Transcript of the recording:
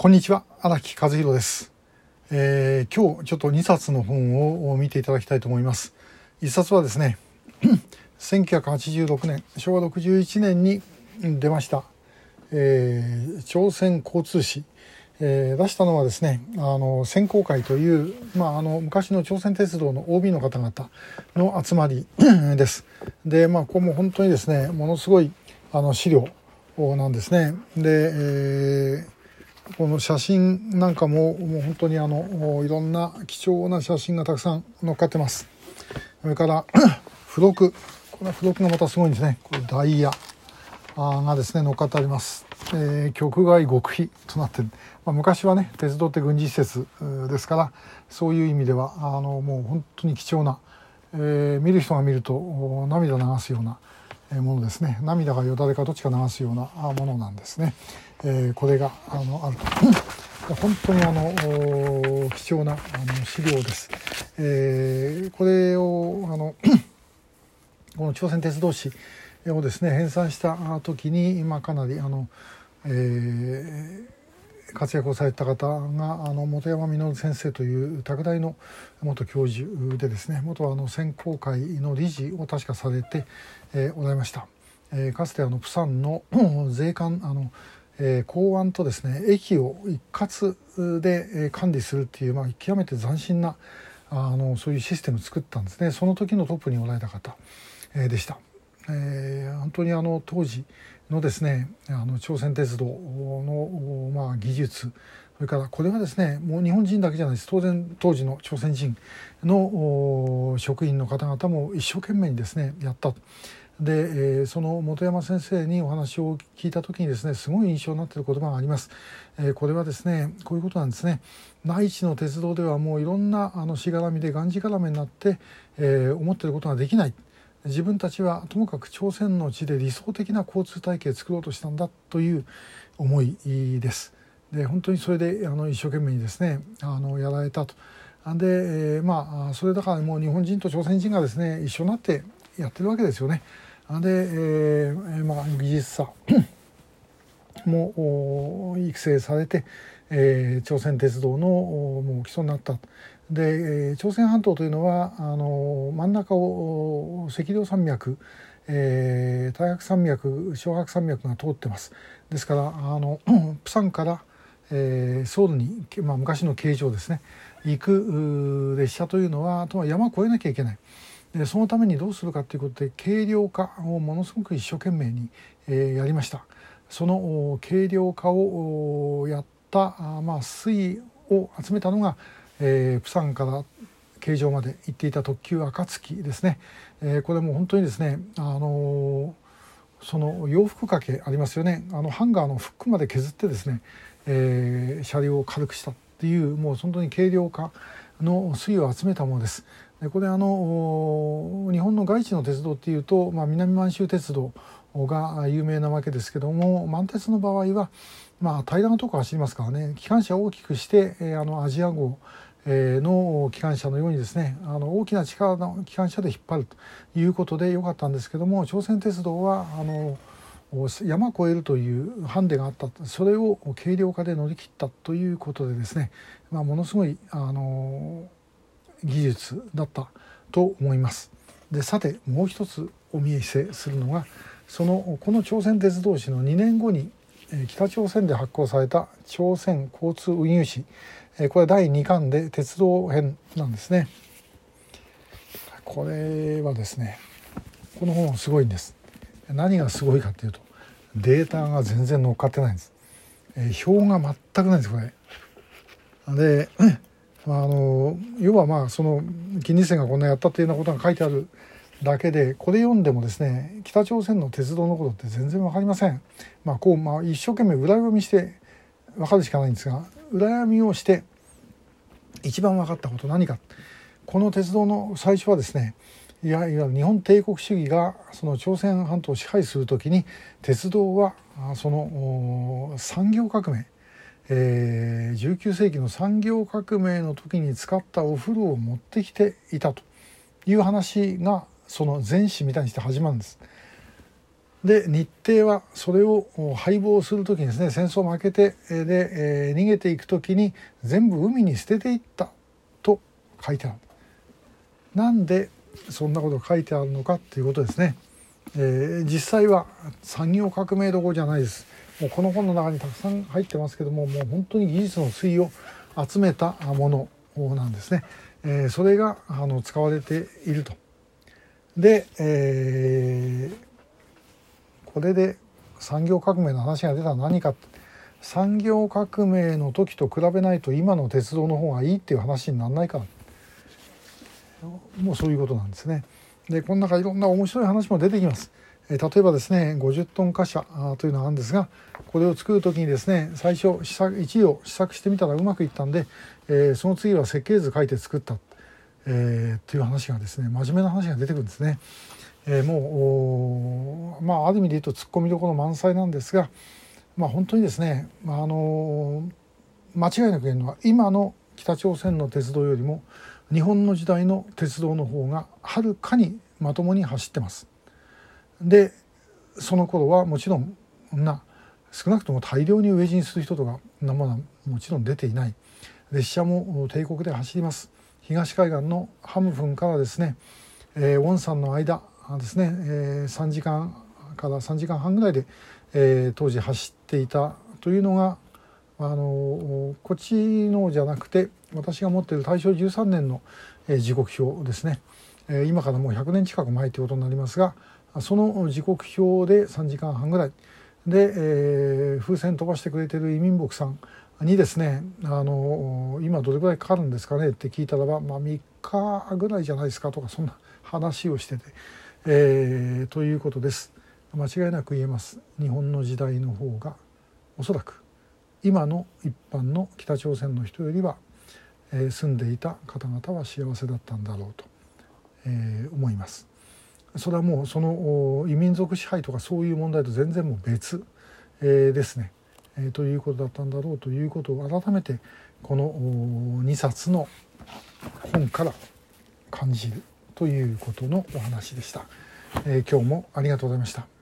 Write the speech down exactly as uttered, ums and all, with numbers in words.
こんにちは、荒木和弘です、えー、今日ちょっとにさつの本を見ていただきたいと思います。いっさつはですねせんきゅうひゃくはちじゅうろくねんしょうわろくじゅういちねんに出ました、えー、朝鮮交通史、えー、出したのはですねあの選考会という、まあ、あの昔の朝鮮鉄道の オービー の方々の集まりです。で、まあ、これも本当にですねものすごいあの資料なんですね。で、えーこの写真なんかももう本当にあのいろんな貴重な写真がたくさん載っかってます。それから付録、この付録がまたすごいんですね。これダイヤがですね載っかってあります。えー、局外極秘となってる、まあ、昔はね鉄道って軍事施設ですから、そういう意味ではあのもう本当に貴重な、えー、見る人が見ると涙流すようなものですね。涙がよだれかどっちか流すようなものなんですね。えー、これがあのあると本当にあの貴重なあの資料です。えー、これをあのこの朝鮮鉄道史をですね編纂した時に今かなりあの、えー、活躍をされた方があの本山実先生という拓大の元教授でですね、元あの選考会の理事を確かされて、えー、おられました。えー、かつてあの釜山の税関あのえー、港湾とですね駅を一括で管理するっていう、まあ、極めて斬新なあのそういうシステムを作ったんですね。その時のトップにおられた方、えー、でした。えー、本当にあの当時のですねあの朝鮮鉄道の、まあ、技術、それからこれはですねもう日本人だけじゃないです。当然当時の朝鮮人の職員の方々も一生懸命にですねやったと。で、えー、その本山先生にお話を聞いた時にですねすごい印象になっている言葉があります。えー、これはですねこういうことなんですね。内地の鉄道ではもういろんなあのしがらみでがんじがらめになって、えー、思っていることができない。自分たちはともかく朝鮮の地で理想的な交通体系を作ろうとしたんだという思いです。で本当にそれであの一生懸命にですねあのやられたと。で、えー、まあそれだからもう日本人と朝鮮人がですね一緒になってやってるわけですよね。で、えーまあ、技術者も育成されて、えー、朝鮮鉄道のもう基礎になった。で朝鮮半島というのはあの真ん中を赤陵山脈、えー、大白山脈、小白山脈が通ってます。ですからあの釜山から、えー、ソウルに、まあ、昔の形状ですね行く列車というのはとは山を越えなきゃいけない。でそのためにどうするかということで軽量化をものすごく一生懸命に、えー、やりました。その軽量化をやったあ、まあ、水を集めたのが、えー、釜山から形状まで行っていた特急暁ですね。えー、これも本当にですね、あのー、その洋服掛けありますよね。あのハンガーのフックまで削ってですね、えー、車両を軽くしたっていうもう本当に軽量化の水を集めたものです。これあの日本の外地の鉄道っていうと、まあ、南満州鉄道が有名なわけですけども、満鉄の場合は、まあ、平らなとこ走りますからね、機関車を大きくして、えー、あのアジア号の機関車のようにですねあの大きな力の機関車で引っ張るということでよかったんですけども、朝鮮鉄道はあの山越えるというハンデがあった。それを軽量化で乗り切ったということでですね、まあ、ものすごいあの技術だったと思います。でさてもう一つお見せするのがそのこの朝鮮鉄道史のにねんごに北朝鮮で発行された朝鮮交通運輸史、これだいにかんで鉄道編なんですね。これはですねこの本すごいんです。何がすごいかというとデータが全然載っかってないんです。えー、表が全くないんですこれで、まあ、あの要はまあその金日成がこんなやったっていうようなことが書いてあるだけで、これ読んでもですね北朝鮮の鉄道のことって全然わかりません。まあこう、まあ、一生懸命裏読みしてわかるしかないんですが、裏読みをして一番分かったこと何か、この鉄道の最初はですねいわゆる日本帝国主義がその朝鮮半島を支配するときに鉄道はその産業革命、えー、じゅうきゅうせいきの産業革命の時に使ったお風呂を持ってきていたという話がその前史みたいにして始まるんです。 で日程はそれを敗北する時にですね、戦争負けてで、えー、逃げていく時に全部海に捨てていったと書いてある。なんでそんなこと書いてあるのかっていうことですね。えー、実際は産業革命どころじゃないです。もうこの本の中にたくさん入ってますけども、もう本当に技術の粋を集めたものなんですね。えー、それがあの使われていると。で、えー、これで産業革命の話が出たら何か、産業革命の時と比べないと今の鉄道の方がいいっていう話にならないから、もうそういうことなんですね。でこの中いろんな面白い話も出てきます。えー、例えばですねごじゅっトン貨車というのがあるんですが、これを作る時にですね、最初試作一を試作してみたらうまくいったんで、えー、その次は設計図書いて作った、えー、という話がですね、真面目な話が出てくるんですね。えー、もうまあある意味で言うとツッコミどころ満載なんですが、まあ本当にですね、あのー、間違いなく言えるのは今の北朝鮮の鉄道よりも日本の時代の鉄道の方がはるかにまともに走ってます。でその頃はもちろんな少なくとも大量に飢え死にする人とかなものはもちろん出ていない。列車も帝国で走ります。東海岸のハムフンからですね、えー、ウォンサンの間ですね、えー、さんじかんからさんじかんはんぐらいで、えー、当時走っていたというのが、あのこっちのじゃなくて私が持っている大正じゅうさんねんの、えー、時刻表ですね。えー、今からもうひゃくねん近く前ということになりますが、その時刻表でさんじかんはんぐらいで、えー、風船飛ばしてくれているイ・ミンボクさんにですね、あの今どれぐらいかかるんですかねって聞いたらば、まあ、みっかぐらいじゃないですかとかそんな話をしてて、えー、ということです。間違いなく言えます。日本の時代の方がおそらく今の一般の北朝鮮の人よりは、えー、住んでいた方々は幸せだったんだろうと、えー、思います。それはもうその異民族支配とかそういう問題と全然もう別、えー、ですね、えー、ということだったんだろうということを改めてこのにさつの本から感じるということのお話でした。えー、今日もありがとうございました。